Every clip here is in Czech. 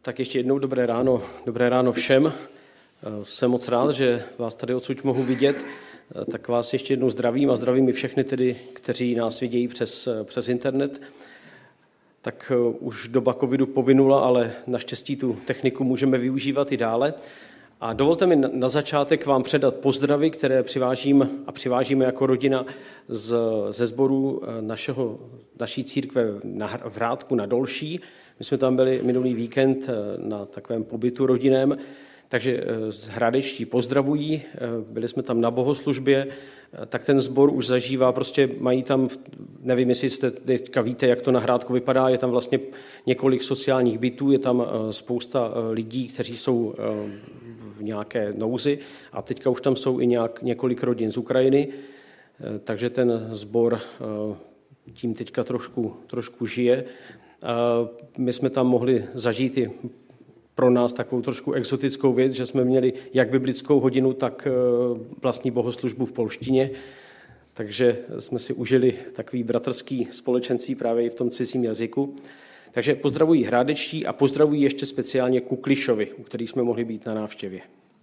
Tak ještě jednou dobré ráno všem. Jsem moc rád, že vás tady odsud mohu vidět. Tak vás ještě jednou zdravím a zdravím i všechny tedy, kteří nás vidějí přes internet. Tak už doba covidu povinula, ale naštěstí tu techniku můžeme využívat i dále. A dovolte mi na začátek vám předat pozdravy, které přivážíme jako rodina ze sboru naší církve v Hrádku na Dolší. My jsme tam byli minulý víkend na takovém pobytu rodinném, takže z Hradečtí pozdravují, byli jsme tam na bohoslužbě, tak ten sbor už zažívá, prostě mají tam, nevím, jestli jste teďka víte, jak to na Hrádku vypadá, je tam vlastně několik sociálních bytů, je tam spousta lidí, kteří jsou v nějaké nouzi a teďka už tam jsou i několik rodin z Ukrajiny, takže ten sbor tím teďka trošku žije. My jsme tam mohli zažít i pro nás takovou trošku exotickou věc, že jsme měli jak biblickou hodinu, tak vlastní bohoslužbu v polštině, takže jsme si užili takový bratrský společenství právě i v tom cizím jazyku. Takže pozdravují Hrádečtí a pozdravují ještě speciálně Kuklišovi, u kterých jsme mohli být na návštěvě.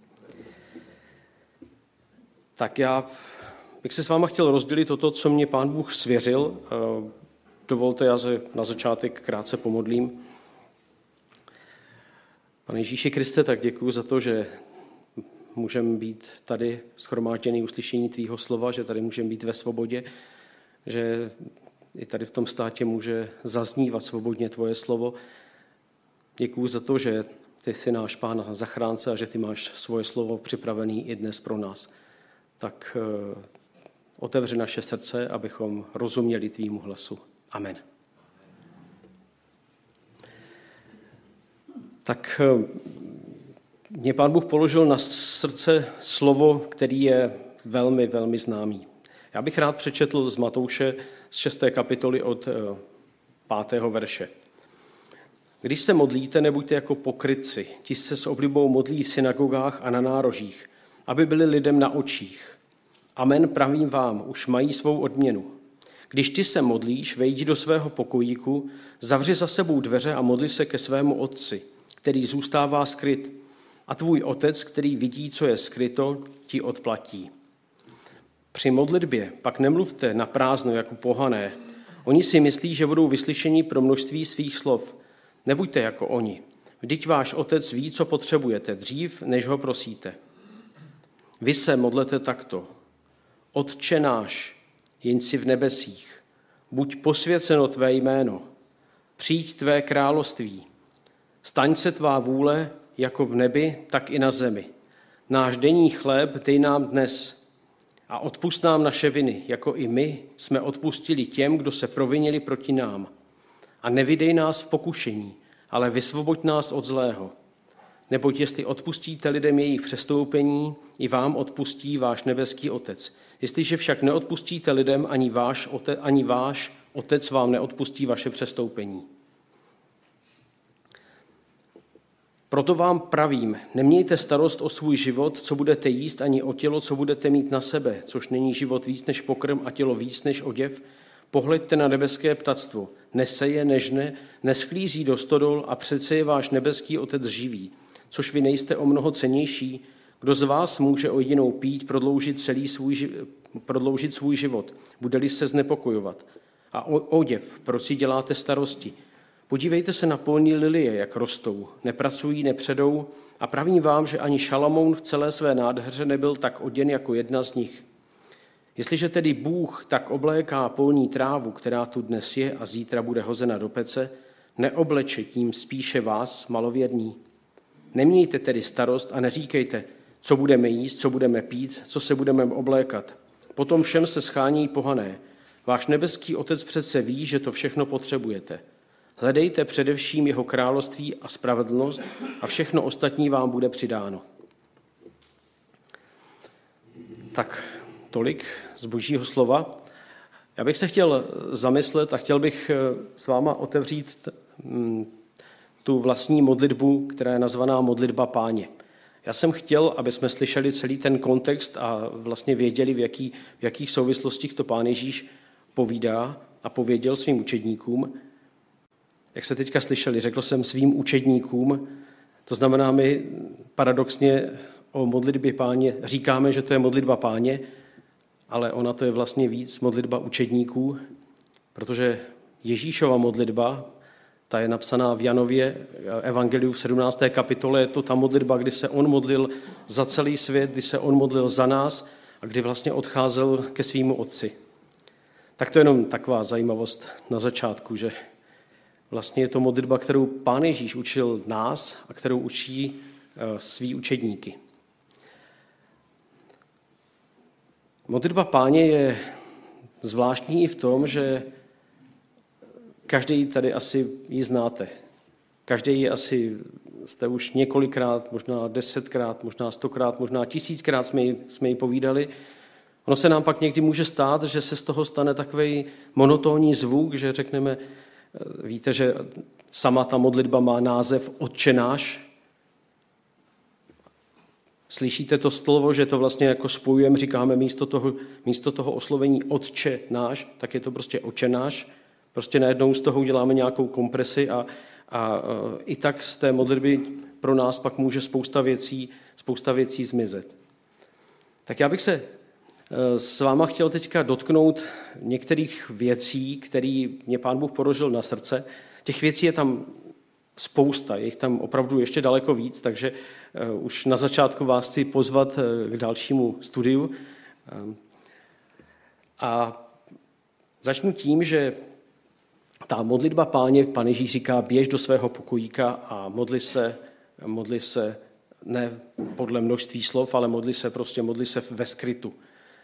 Tak já bych se s váma chtěl rozdělit toto, co mě Pán Bůh svěřil. Dovolte, já se na začátek krátce pomodlím. Pane Ježíši Kriste, tak děkuji za to, že můžeme být tady shromážděný uslyšení tvýho slova, že tady můžeme být ve svobodě, že i tady v tom státě může zaznívat svobodně tvoje slovo. Děkuji za to, že ty jsi náš Pán a zachránce a že ty máš svoje slovo připravené i dnes pro nás. Tak otevři naše srdce, abychom rozuměli tvýmu hlasu. Amen. Tak mě Pán Bůh položil na srdce slovo, který je velmi, velmi známý. Já bych rád přečetl z Matouše z 6. kapitoly od 5. verše. Když se modlíte, nebuďte jako pokrytci. Ti se s oblibou modlí v synagogách a na nárožích, aby byli lidem na očích. Amen, pravím vám, už mají svou odměnu. Když ty se modlíš, vejdi do svého pokojíku, zavři za sebou dveře a modli se ke svému otci, který zůstává skryt. A tvůj otec, který vidí, co je skryto, ti odplatí. Při modlitbě pak nemluvte na prázdno jako pohané. Oni si myslí, že budou vyslyšeni pro množství svých slov. Nebuďte jako oni. Vždyť váš otec ví, co potřebujete, dřív, než ho prosíte. Vy se modlete takto. Otče náš, jenž jsi v nebesích, buď posvěceno tvé jméno, přijď tvé království, staň se tvá vůle jako v nebi, tak i na zemi. Náš denní chléb dej nám dnes a odpusť nám naše viny, jako i my jsme odpustili těm, kdo se provinili proti nám. A nevydej nás v pokušení, ale vysvoboď nás od zlého. Neboť jestli odpustíte lidem jejich přestoupení, i vám odpustí váš nebeský otec. Jestliže však neodpustíte lidem, ani váš otec vám neodpustí vaše přestoupení. Proto vám pravím, nemějte starost o svůj život, co budete jíst, ani o tělo, co budete mít na sebe, což není život víc než pokrm a tělo víc než oděv. Pohleďte na nebeské ptactvo, neseje, nežne, neschlízí do stodol a přece je váš nebeský otec živý, což vy nejste o mnoho cennější. Kdo z vás může o jedinou píť prodloužit svůj život, bude-li se znepokojovat? A oděv, proč si děláte starosti? Podívejte se na polní lilie, jak rostou, nepracují, nepředou a pravím vám, že ani Šalamoun v celé své nádheře nebyl tak oděn jako jedna z nich. Jestliže tedy Bůh tak obléká polní trávu, která tu dnes je a zítra bude hozena do pece, neobleče tím spíše vás, malověrní. Nemějte tedy starost a neříkejte, co budeme jíst, co budeme pít, co se budeme oblékat. Potom všem se schání pohané. Váš nebeský otec přece ví, že to všechno potřebujete. Hledejte především jeho království a spravedlnost a všechno ostatní vám bude přidáno. Tak tolik z Božího slova. Já bych se chtěl zamyslet a chtěl bych s váma otevřít tu vlastní modlitbu, která je nazvaná modlitba Páně. Já jsem chtěl, aby jsme slyšeli celý ten kontext a vlastně věděli, v jakých souvislostích to Pán Ježíš povídá a pověděl svým učedníkům. jak se teďka slyšeli, řekl jsem svým učedníkům, to znamená, my paradoxně o modlitbě Páně říkáme, že to je modlitba Páně, ale ona to je vlastně víc modlitba učedníků, protože Ježíšova modlitba, ta je napsaná v Janově evangeliu v 17. kapitole, je to ta modlitba, kdy se on modlil za celý svět, kdy se on modlil za nás a kdy vlastně odcházel ke svýmu otci. Tak to je jenom taková zajímavost na začátku, že vlastně je to modlitba, kterou Pán Ježíš učil nás a kterou učí svý učedníky. Modlitba Páně je zvláštní i v tom, že každý tady asi ji znáte. Každý ji asi jste už několikrát, možná 10krát, možná 100krát, možná 1000krát jsme ji povídali. Ono se nám pak někdy může stát, že se z toho stane takový monotónní zvuk, že řekneme, víte, že sama ta modlitba má název Otče náš. Slyšíte to slovo, že to vlastně jako spojujeme, říkáme místo toho oslovení Otče náš, tak je to prostě Otče náš. Prostě najednou z toho uděláme nějakou kompresi a i tak z té modlitby pro nás pak může spousta věcí zmizet. Tak já bych se s váma chtěl teďka dotknout některých věcí, které mě Pán Bůh položil na srdce. Těch věcí je tam spousta, je jich tam opravdu ještě daleko víc, takže už na začátku vás chci pozvat k dalšímu studiu. A začnu tím, že ta modlitba Páně, Pán Ježíš říká, běž do svého pokojíka a modli se ne podle množství slov, ale modli se ve skrytu.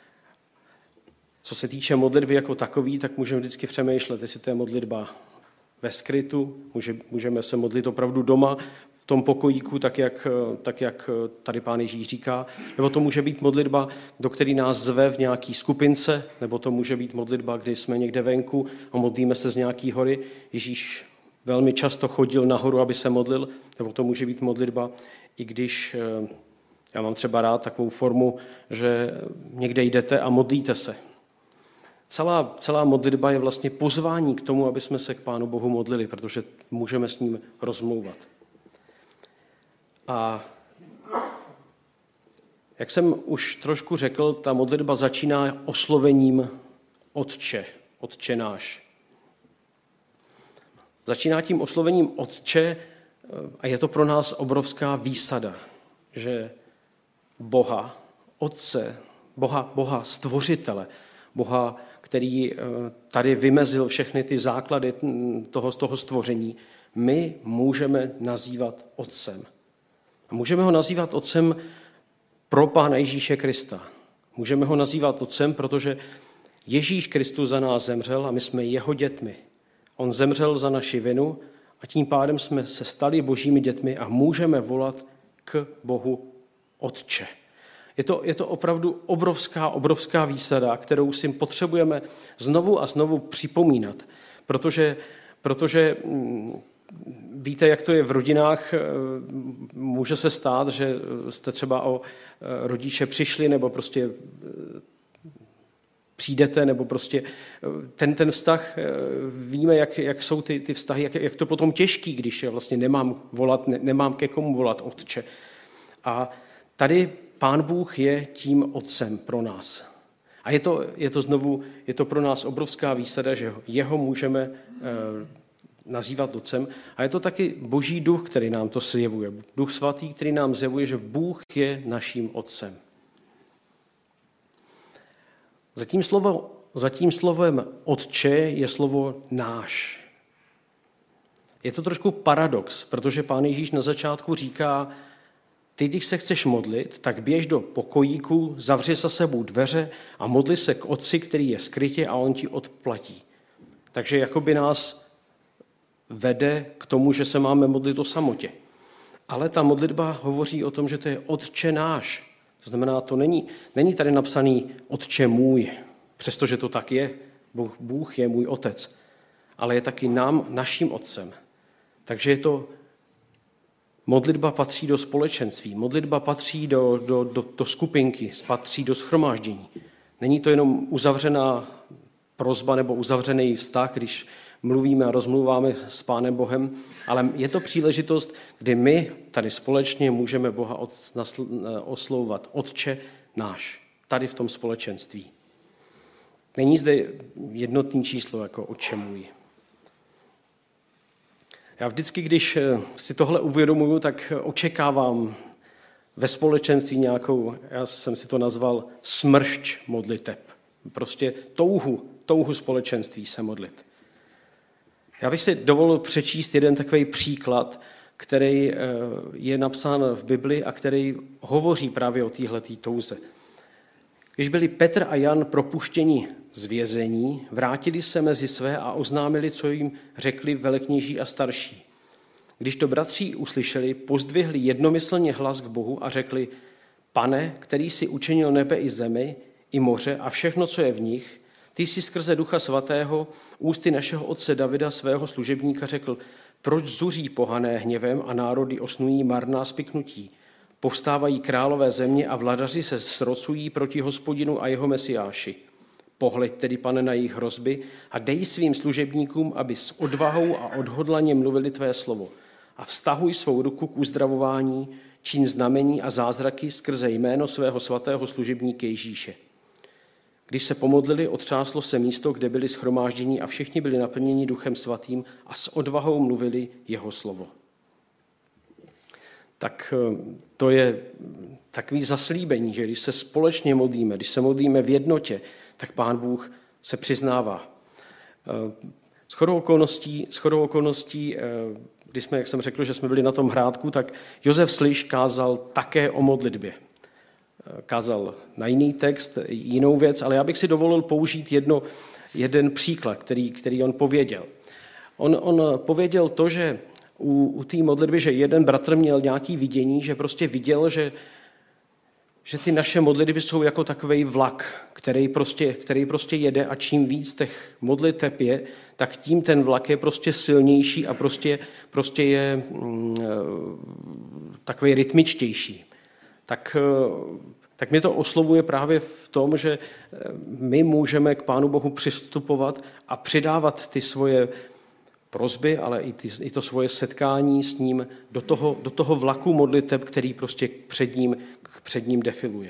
Co se týče modlitby jako takový, tak můžeme vždycky přemýšlet, jestli to je modlitba ve skrytu, můžeme se modlit opravdu doma, v tom pokojíku, tak jak tady Pán Ježíš říká, nebo to může být modlitba, do který nás zve v nějaký skupince, nebo to může být modlitba, kdy jsme někde venku a modlíme se z nějaký hory. Ježíš velmi často chodil nahoru, aby se modlil, nebo to může být modlitba, i když já mám třeba rád takovou formu, že někde jdete a modlíte se. Celá modlitba je vlastně pozvání k tomu, aby jsme se k Pánu Bohu modlili, protože můžeme s ním rozmlouvat. A jak jsem už trošku řekl, ta modlitba začíná oslovením Otče náš. Začíná tím oslovením Otče a je to pro nás obrovská výsada, že Boha, Otce, Boha Stvořitele, Boha, který tady vymezil všechny ty základy toho stvoření, my můžeme nazývat Otcem. A můžeme ho nazývat Otcem pro Pána Ježíše Krista. Můžeme ho nazývat Otcem, protože Ježíš Kristus za nás zemřel a my jsme jeho dětmi. On zemřel za naši vinu a tím pádem jsme se stali božími dětmi a můžeme volat k Bohu Otče. Je to opravdu obrovská výsada, kterou si potřebujeme znovu a znovu připomínat, protože víte, jak to je v rodinách, může se stát, že jste třeba o rodiče přišli nebo prostě přijdete, nebo prostě ten vztah, víme, jak jsou ty vztahy, jak to potom těžký, když vlastně nemám ke komu volat Otče. A tady Pán Bůh je tím Otcem pro nás. A je to pro nás obrovská výsada, že jeho můžeme nazývat Otcem. A je to taky Boží duch, který nám to zjevuje. Duch svatý, který nám zjevuje, že Bůh je naším Otcem. Za tím slovem Otče je slovo náš. Je to trošku paradox, protože Pán Ježíš na začátku říká, ty, když se chceš modlit, tak běž do pokojíku, zavři za sebou dveře a modli se k Otci, který je skrytě a on ti odplatí. Takže jakoby nás vede k tomu, že se máme modlit o samotě. Ale ta modlitba hovoří o tom, že to je Otče náš. To znamená, to není tady napsaný Otče můj, přestože to tak je. Bůh je můj Otec, ale je taky naším Otcem. Takže je to modlitba patří do společenství, modlitba patří do skupinky, patří do shromáždění. Není to jenom uzavřená prosba nebo uzavřený vztah, když mluvíme a rozmluváme s Pánem Bohem, ale je to příležitost, kdy my tady společně můžeme Boha oslovovat Otče náš, tady v tom společenství. Není zde jednotný číslo jako Otče můj. Já vždycky, když si tohle uvědomuju, tak očekávám ve společenství nějakou, já jsem si to nazval smršť modliteb. Prostě touhu společenství se modlit. Já bych si dovolil přečíst jeden takový příklad, který je napsán v Bibli a který hovoří právě o téhletý touze. Když byli Petr a Jan propuštěni z vězení, vrátili se mezi své a oznámili, co jim řekli velekněží a starší. Když to bratři uslyšeli, pozdvihli jednomyslně hlas k Bohu a řekli: Pane, který jsi učinil nebe i zemi, i moře a všechno, co je v nich, ty jsi skrze Ducha Svatého ústy našeho otce Davida, svého služebníka, řekl: Proč zuří pohané hněvem a národy osnují marná spiknutí? Povstávají králové země a vladaři se srocují proti Hospodinu a jeho Mesiáši. Pohleď tedy, Pane, na jejich hrozby a dej svým služebníkům, aby s odvahou a odhodlaně mluvili tvé slovo. A vztahuj svou ruku k uzdravování, čin znamení a zázraky skrze jméno svého svatého služebníka Ježíše. Když se pomodlili, otřáslo se místo, kde byli shromážděni a všichni byli naplněni Duchem Svatým a s odvahou mluvili jeho slovo. Tak to je takový zaslíbení, že když se společně modlíme, když se modlíme v jednotě, tak Pán Bůh se přiznává. Shodou okolností, když jsme, jak jsem řekl, že jsme byli na tom hrádku, tak Josef Sliš kázal také o modlitbě. Kázal na jiný text, jinou věc, ale já bych si dovolil použít jeden příklad, který on pověděl. On pověděl to, že u té modlitby, že jeden bratr měl nějaký vidění, že prostě viděl, že ty naše modlitby jsou jako takovej vlak, který prostě jede a čím víc těch modliteb je, tak tím ten vlak je prostě silnější a prostě je takovej rytmičtější. Tak mě to oslovuje právě v tom, že my můžeme k Pánu Bohu přistupovat a přidávat ty svoje prosby, ale i to svoje setkání s ním do toho vlaku modliteb, který prostě před ním defiluje.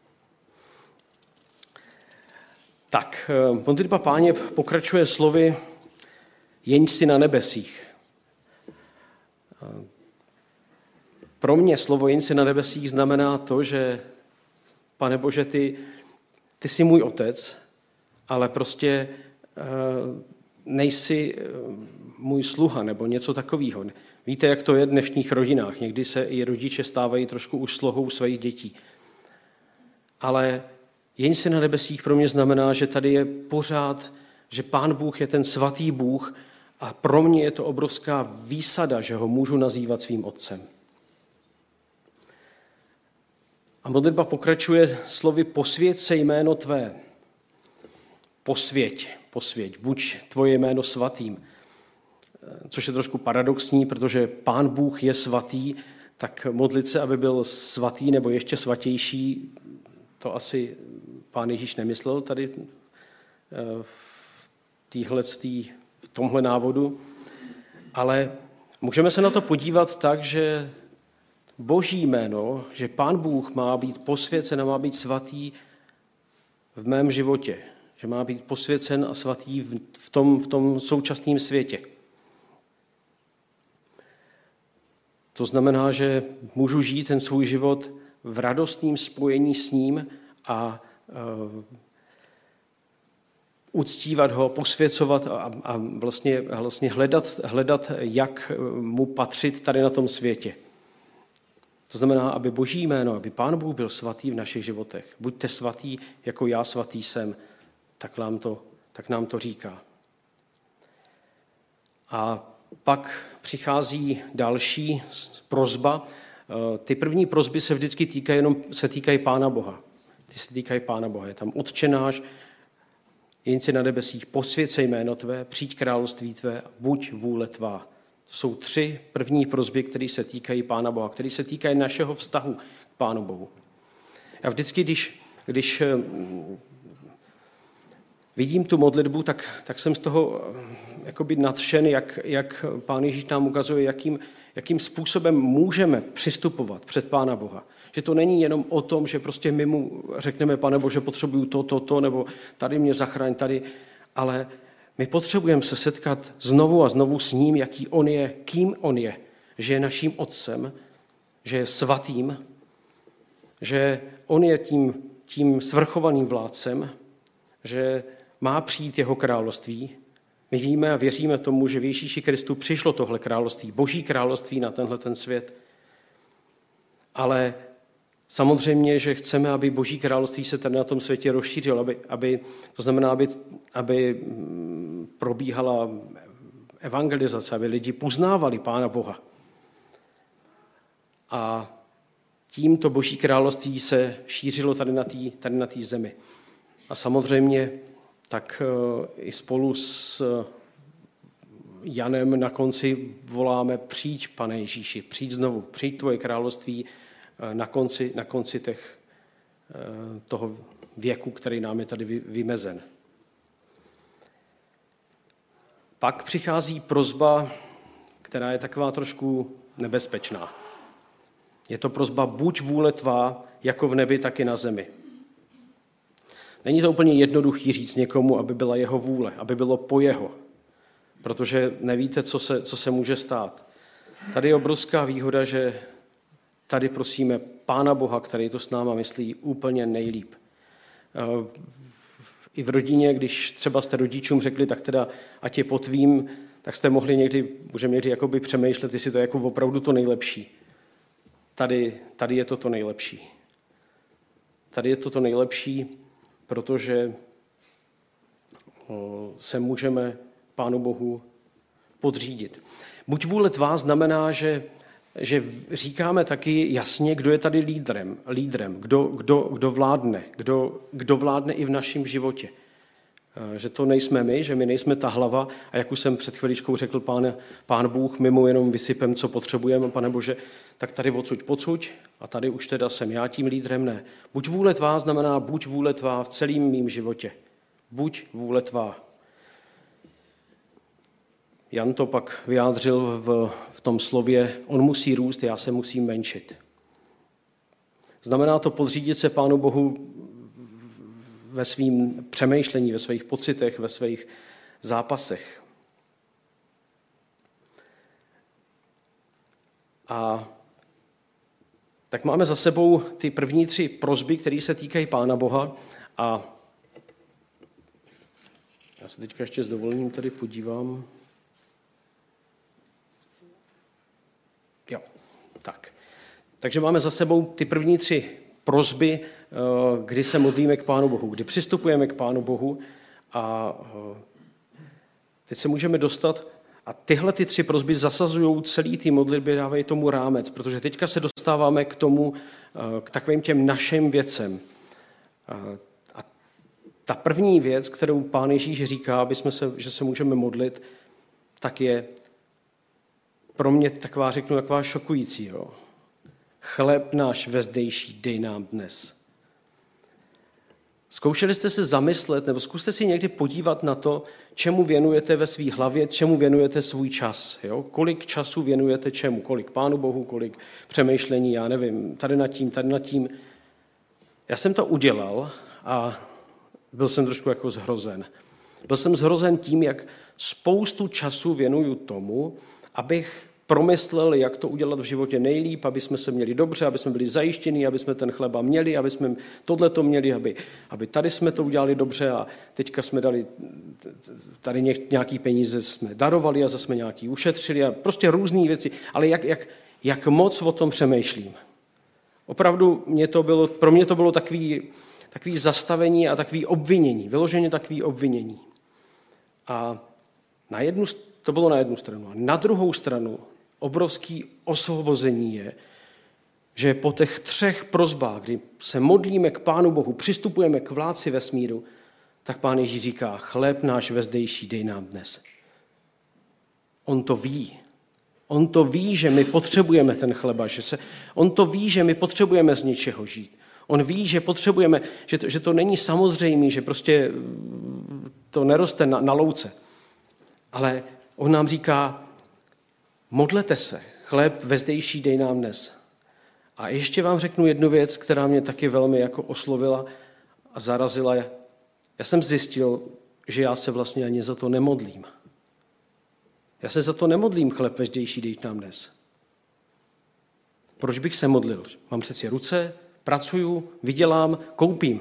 Tak, modlitba Páně pokračuje slovy jeň si na nebesích. Pro mě slovo jeň si na nebesích znamená to, že Pane Bože, ty jsi můj otec, ale prostě nejsi můj sluha nebo něco takového. Víte, jak to je v dnešních rodinách. Někdy se i rodiče stávají trošku už slohou svých dětí. Ale jeň si na nebesích pro mě znamená, že tady je pořád, že Pán Bůh je ten svatý Bůh a pro mě je to obrovská výsada, že ho můžu nazývat svým otcem. A modlitba pokračuje slovy posvěť se jméno tvé. Posvěť, buď tvoje jméno svatým. Což je trošku paradoxní, protože Pán Bůh je svatý, tak modlit se, aby byl svatý nebo ještě svatější, to asi Pán Ježíš nemyslel tady v tomhle návodu. Ale můžeme se na to podívat tak, že Boží jméno, že Pán Bůh má být posvěcen a má být svatý v mém životě, že má být posvěcen a svatý v tom současném světě. To znamená, že můžu žít ten svůj život v radostném spojení s ním a uctívat ho, posvěcovat a vlastně hledat, jak mu patřit tady na tom světě. To znamená, aby Boží jméno, aby Pán Bůh byl svatý v našich životech. Buďte svatý, jako já svatý jsem, tak nám to říká. A pak přichází další prosba. Ty první prosby se vždycky týkají Pána Boha. Ty se týkají Pána Boha. Je tam Otče náš, jen si na nebesích, posvěť se jméno tvé, přijď království tvé, buď vůle tvá. To jsou 3 první prosby, které se týkají Pána Boha, které se týkají našeho vztahu k Pánu Bohu. A vždycky, když vidím tu modlitbu, tak jsem z toho jakoby nadšen, jak Pán Ježíš nám ukazuje, jakým způsobem můžeme přistupovat před Pána Boha. Že to není jenom o tom, že prostě my mu řekneme, Pane Bože, potřebuju to, nebo tady mě zachraň, tady, ale my potřebujeme se setkat znovu a znovu s ním, jaký on je, kým on je, že je naším otcem, že je svatým, že on je tím svrchovaným vládcem, že má přijít jeho království. My víme a věříme tomu, že v Ježíši Kristu přišlo tohle království, Boží království na tenhle ten svět. Ale samozřejmě, že chceme, aby Boží království se tady na tom světě rozšířilo, aby probíhala evangelizace, aby lidi poznávali Pána Boha. A tímto Boží království se šířilo tady na té zemi. A samozřejmě tak i spolu s Janem na konci voláme: přijď, Pane Ježíši, přijď znovu, přijď tvoje království na konci toho věku, který nám je tady vymezen. Pak přichází prosba, která je taková trošku nebezpečná. Je to prosba: buď vůle tvá, jako v nebi, tak i na zemi. Není to úplně jednoduchý říct někomu, aby byla jeho vůle, aby bylo po jeho, protože nevíte, co se může stát. Tady je obrovská výhoda, že tady prosíme Pána Boha, který to s náma myslí úplně nejlíp. I v rodině, když třeba jste rodičům řekli, tak teda ať je po tvým, tak jste můžeme někdy jakoby přemýšlet, jestli to je jako opravdu to nejlepší. Tady je to nejlepší. Tady je to nejlepší, protože se můžeme Pánu Bohu podřídit. Buď vůle tvá znamená, že říkáme taky jasně, kdo je tady lídrem, kdo vládne i v našem životě. Že to nejsme my, že my nejsme ta hlava a jak už jsem před chviličkou řekl, Pán Bůh, my mu jenom vysypem, co potřebujeme, Pane Bože, tak tady odsuď pocud a tady už teda jsem já tím lídrem, ne. Buď vůle tvá znamená buď vůle tvá v celém mým životě. Buď vůle tvá. Jan to pak vyjádřil v tom slově: on musí růst, já se musím menšit. Znamená to podřídit se Pánu Bohu ve svým přemýšlení, ve svých pocitech, ve svých zápasech. A tak máme za sebou ty první 3 prosby, které se týkají Pána Boha. A já se teďka ještě s dovolením tady podívám. Jo, tak. Takže máme za sebou ty první 3 prosby, kdy se modlíme k Pánu Bohu, kdy přistupujeme k Pánu Bohu a teď se můžeme dostat a tyhle ty 3 prosby zasazují celý ty modlitby, dávají tomu rámec, protože teďka se dostáváme k takovým těm našim věcem. A ta první věc, kterou Pán Ježíš říká, že se můžeme modlit, tak je pro mě taková šokující. Jo. Chléb náš vezdejší dej nám dnes. Zkoušeli jste se zamyslet, nebo zkuste si někdy podívat na to, čemu věnujete ve své hlavě, čemu věnujete svůj čas. Jo? Kolik času věnujete čemu? Kolik Pánu Bohu, kolik přemýšlení, já nevím, tady nad tím. Já jsem to udělal a byl jsem trošku jako zhrozen. Byl jsem zhrozen tím, jak spoustu času věnuju tomu, abych promyslel, jak to udělat v životě nejlíp, aby jsme se měli dobře, aby jsme byli zajištěni, aby jsme ten chleba měli, aby jsme tohleto měli, aby tady jsme to udělali dobře a teďka jsme dali tady nějaký peníze jsme darovali a zase jsme nějaký ušetřili a prostě různé věci. Ale jak moc o tom přemýšlím. Opravdu pro mě to bylo takový zastavení a takový obvinění, vyloženě takový obvinění. A to bylo na jednu stranu. A na druhou stranu obrovský osvobození je, že po těch 3 prosbách, kdy se modlíme k Pánu Bohu, přistupujeme k vládci vesmíru, tak Pán Ježíš říká: chléb náš vezdejší dej nám dnes. On to ví. On to ví, že my potřebujeme ten chleba. On to ví, že my potřebujeme z něčeho žít. On ví, že potřebujeme, že to není samozřejmé, že prostě to neroste na louce. Ale on nám říká, modlete se, chléb vezdejší dej nám dnes. A ještě vám řeknu jednu věc, která mě taky velmi jako oslovila a zarazila. Já jsem zjistil, že já se vlastně ani za to nemodlím. Já se za to nemodlím, chléb vezdejší dej nám dnes. Proč bych se modlil? Mám přeci ruce, pracuju, vydělám, koupím.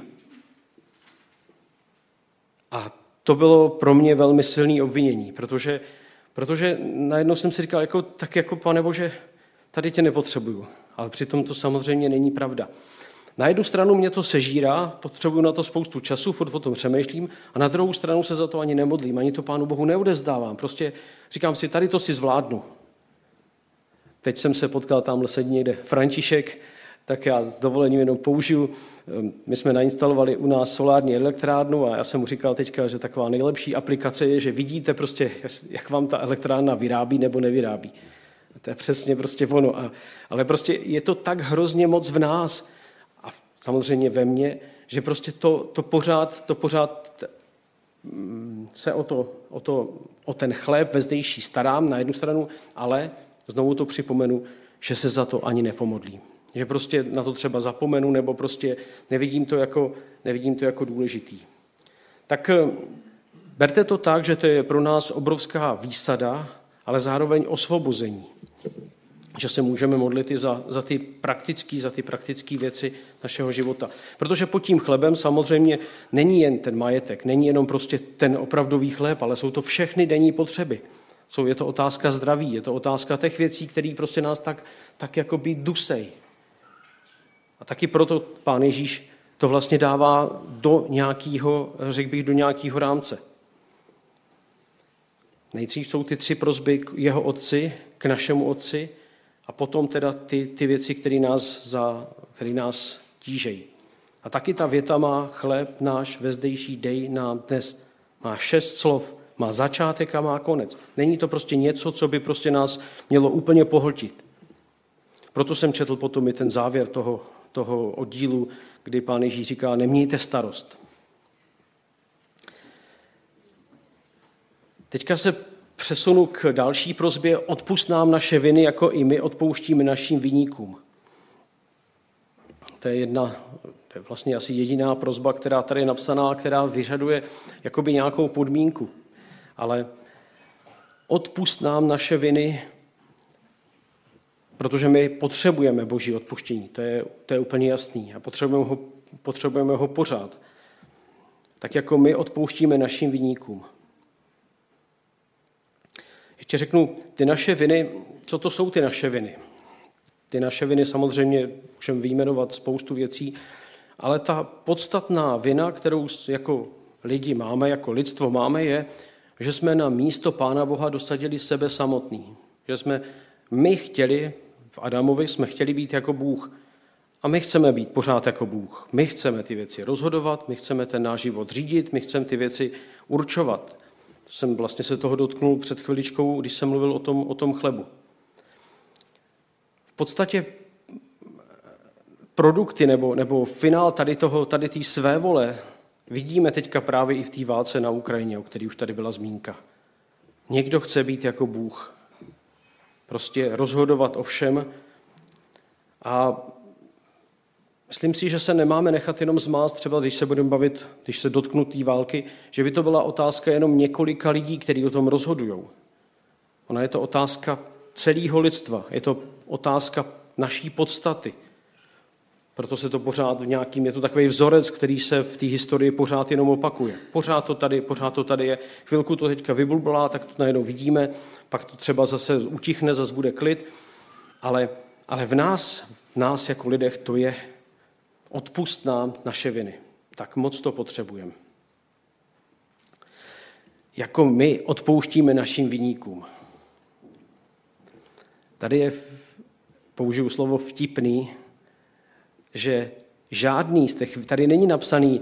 A to bylo pro mě velmi silné obvinění, protože najednou jsem si říkal, tak jako Pane Bože, tady tě nepotřebuju. Ale přitom to samozřejmě není pravda. Na jednu stranu mě to sežírá, potřebuju na to spoustu času, furt o tom přemýšlím, a na druhou stranu se za to ani nemodlím, ani to Pánu Bohu neodezdávám. Prostě říkám si, tady to si zvládnu. Teď jsem se potkal, tamhle sedí někde František, tak já s dovolením jenom použiju. My jsme nainstalovali u nás solární elektrárnu a já jsem mu říkal teďka, že taková nejlepší aplikace je, že vidíte prostě, jak vám ta elektrárna vyrábí nebo nevyrábí. To je přesně prostě ono. Ale prostě je to tak hrozně moc v nás a samozřejmě ve mně, že prostě to pořád se o ten chléb vezdejší starám na jednu stranu, ale znovu to připomenu, že se za to ani nepomodlím. Že prostě na to třeba zapomenu, nebo prostě nevidím to jako důležitý. Tak berte to tak, že to je pro nás obrovská výsada, ale zároveň osvobození. Že se můžeme modlit i za ty praktické věci našeho života. Protože pod tím chlebem samozřejmě není jen ten majetek, není jenom prostě ten opravdový chléb, ale jsou to všechny denní potřeby. Je to otázka zdraví, je to otázka těch věcí, které prostě nás tak jakoby dusej. A taky proto Pán Ježíš to vlastně dává do nějakého rámce. Nejdřív jsou ty 3 prosby k jeho otci, k našemu otci, a potom teda ty věci, které nás tížejí. A taky ta věta má chléb náš vezdejší dej nám dnes. Má 6 slov, má začátek a má konec. Není to prostě něco, co by prostě nás mělo úplně pohltit. Proto jsem četl potom i ten závěr toho oddílu, kdy Pán Ježíš říká, nemějte starost. Teďka se přesunu k další prosbě, odpusť nám naše viny, jako i my odpouštíme našim viníkům. To je vlastně asi jediná prosba, která tady je napsaná, která vyžaduje jakoby nějakou podmínku. Ale odpusť nám naše viny, protože my potřebujeme Boží odpuštění, to je úplně jasný a potřebujeme ho pořád. Tak jako my odpouštíme našim viníkům. Ještě řeknu, ty naše viny, co to jsou ty naše viny? Ty naše viny samozřejmě můžeme vyjmenovat spoustu věcí, ale ta podstatná vina, kterou jako lidi máme, jako lidstvo máme, je, že jsme na místo Pána Boha dosadili sebe samotný. Že jsme v Adamovi jsme chtěli být jako Bůh a my chceme být pořád jako Bůh. My chceme ty věci rozhodovat, my chceme ten náš život řídit, my chceme ty věci určovat. Jsem vlastně se toho dotknul před chviličkou, když jsem mluvil o tom chlebu. V podstatě produkty nebo finál tady té své vole vidíme teďka právě i v té válce na Ukrajině, o které už tady byla zmínka. Někdo chce být jako Bůh. Prostě rozhodovat o všem. A myslím si, že se nemáme nechat jenom zmást, třeba když se budeme bavit, když se dotknu té války, že by to byla otázka jenom několika lidí, kteří o tom rozhodují. Ona je to otázka celého lidstva, je to otázka naší podstaty. Proto se to pořád je to takový vzorec, který se v té historii pořád jenom opakuje. Pořád to tady je. Chvilku to teďka vybulblá, tak to najednou vidíme, pak to třeba zase utichne, zase bude klid, ale v nás jako lidech to je odpusť nám naše viny. Tak moc to potřebujeme. Jako my odpouštíme našim viníkům. Tady použiju slovo vtipný, že žádný z těch, tady není napsaný,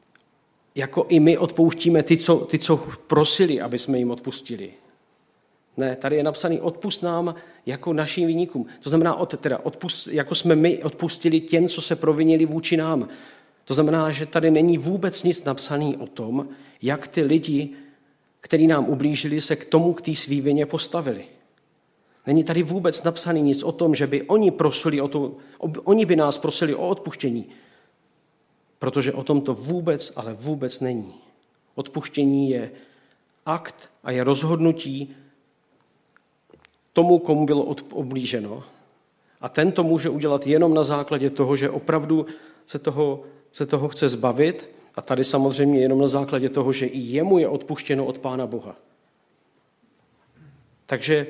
jako i my odpouštíme ty, co prosili, aby jsme jim odpustili. Ne, tady je napsaný odpusť nám jako našim viníkům. To znamená, jako jsme my odpustili těm, co se provinili vůči nám. To znamená, že tady není vůbec nic napsaný o tom, jak ty lidi, kteří nám ublížili, se k té svý vině postavili. Není tady vůbec napsaný nic o tom, že by oni by nás prosili o odpuštění, protože o tom to vůbec, ale vůbec není. Odpuštění je akt a je rozhodnutí tomu, komu bylo oblíženo. A ten to může udělat jenom na základě toho, že opravdu se toho chce zbavit, a tady samozřejmě jenom na základě toho, že i jemu je odpuštěno od Pána Boha. Takže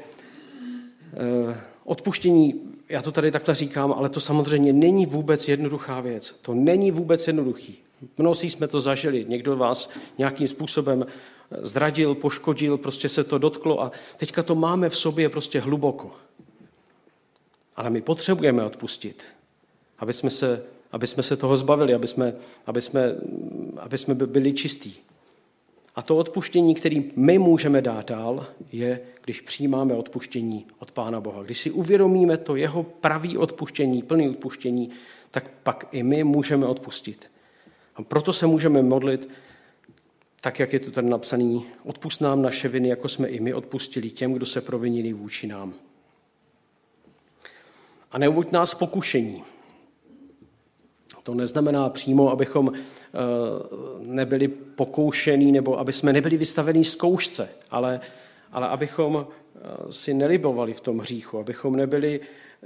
odpuštění, já to tady takhle říkám, ale to samozřejmě není vůbec jednoduchá věc. To není vůbec jednoduchý. Mnozí jsme to zažili. Někdo vás nějakým způsobem zradil, poškodil, prostě se to dotklo a teďka to máme v sobě prostě hluboko. Ale my potřebujeme odpustit, aby jsme se toho zbavili, aby jsme byli čistí. A to odpuštění, které my můžeme dát dál, je, když přijímáme odpuštění od Pána Boha. Když si uvědomíme to jeho pravý odpuštění, plný odpuštění, tak pak i my můžeme odpustit. A proto se můžeme modlit, tak jak je to tady napsané, odpusť nám naše viny, jako jsme i my odpustili těm, kdo se provinili vůči nám. A neuvoď nás pokušení. To neznamená přímo, abychom nebyli pokoušení nebo aby jsme nebyli vystavení zkoušce, ale abychom si nelibovali v tom hříchu, abychom nebyli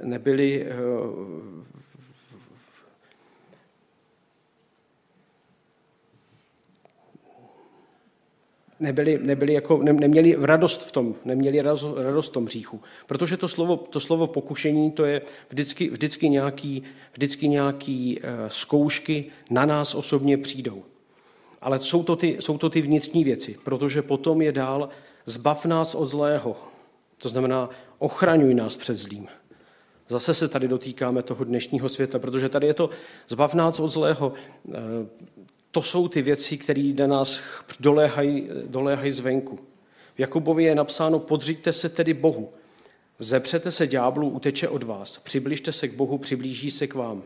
neměli radost v tom, neměli radost v tom hříchu. Protože to slovo pokušení, to je vždycky nějaký zkoušky na nás osobně přijdou. Ale jsou to ty vnitřní věci, protože potom je dál zbav nás od zlého. To znamená ochraňuj nás před zlým. Zase se tady dotýkáme toho dnešního světa, protože tady je to zbav nás od zlého. To jsou ty věci, které na nás doléhají zvenku. V Jakubovi je napsáno, podřiďte se tedy Bohu. Vzepřete se ďáblu, uteče od vás. Přibližte se k Bohu, přiblíží se k vám.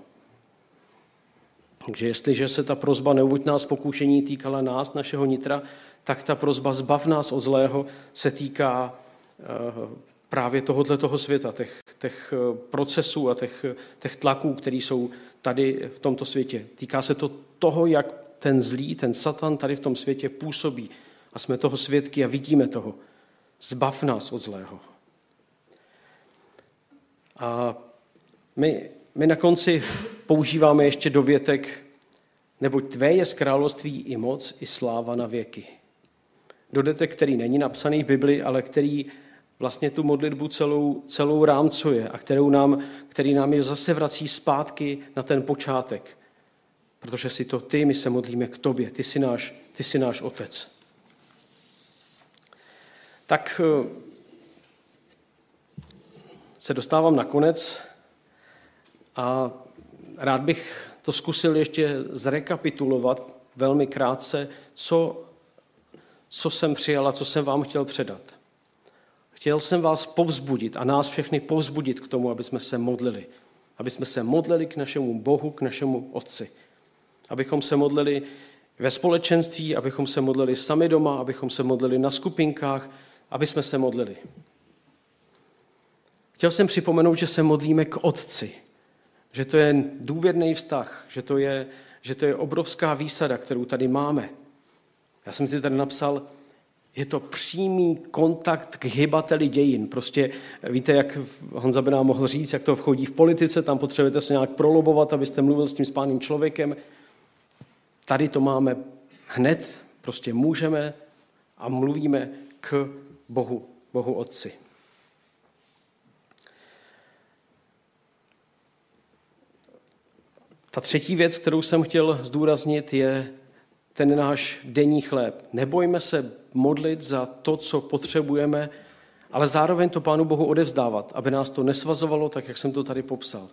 Takže jestliže se ta prosba neuvoď nás pokušení týkala nás, našeho nitra, tak ta prosba zbav nás od zlého se týká právě tohoto světa, těch procesů a těch tlaků, které jsou tady v tomto světě. Týká se to toho, jak ten zlý, ten Satan tady v tom světě působí a jsme toho svědky a vidíme toho. Zbav nás od zlého. A my na konci používáme ještě dovětek, neboť tvé je z království i moc, i sláva na věky. Dodatek, který není napsaný v Bibli, ale který vlastně tu modlitbu celou rámcuje a který nám je zase vrací zpátky na ten počátek. Protože si to my se modlíme k tobě, ty jsi náš otec. Tak se dostávám na konec a rád bych to zkusil ještě zrekapitulovat velmi krátce, co jsem přijal a co jsem vám chtěl předat. Chtěl jsem vás povzbudit a nás všechny povzbudit k tomu, aby jsme se modlili. Aby jsme se modlili k našemu Bohu, k našemu Otci. Abychom se modlili ve společenství, abychom se modlili sami doma, abychom se modlili na skupinkách, aby jsme se modlili. Chtěl jsem připomenout, že se modlíme k Otci, že to je důvěrný vztah, že to je obrovská výsada, kterou tady máme. Já jsem si tady napsal, je to přímý kontakt k hybateli dějin. Prostě víte, jak Honza by nám mohl říct, jak to vchodí v politice, tam potřebujete se nějak prolobovat, abyste mluvil s tím spáným člověkem. Tady to máme hned, prostě můžeme a mluvíme k Bohu Otci. Ta třetí věc, kterou jsem chtěl zdůraznit, je ten náš denní chléb. Nebojme se modlit za to, co potřebujeme, ale zároveň to Pánu Bohu odevzdávat, aby nás to nesvazovalo, tak jak jsem to tady popsal.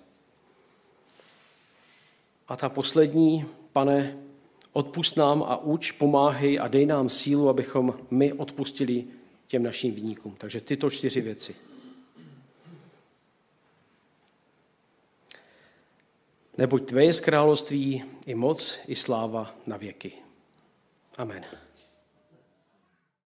A ta poslední, Pane, odpusť nám a uč, pomáhej a dej nám sílu, abychom my odpustili těm našim viníkům. Takže tyto 4 věci. Neboť tvé je království i moc, i sláva na věky. Amen.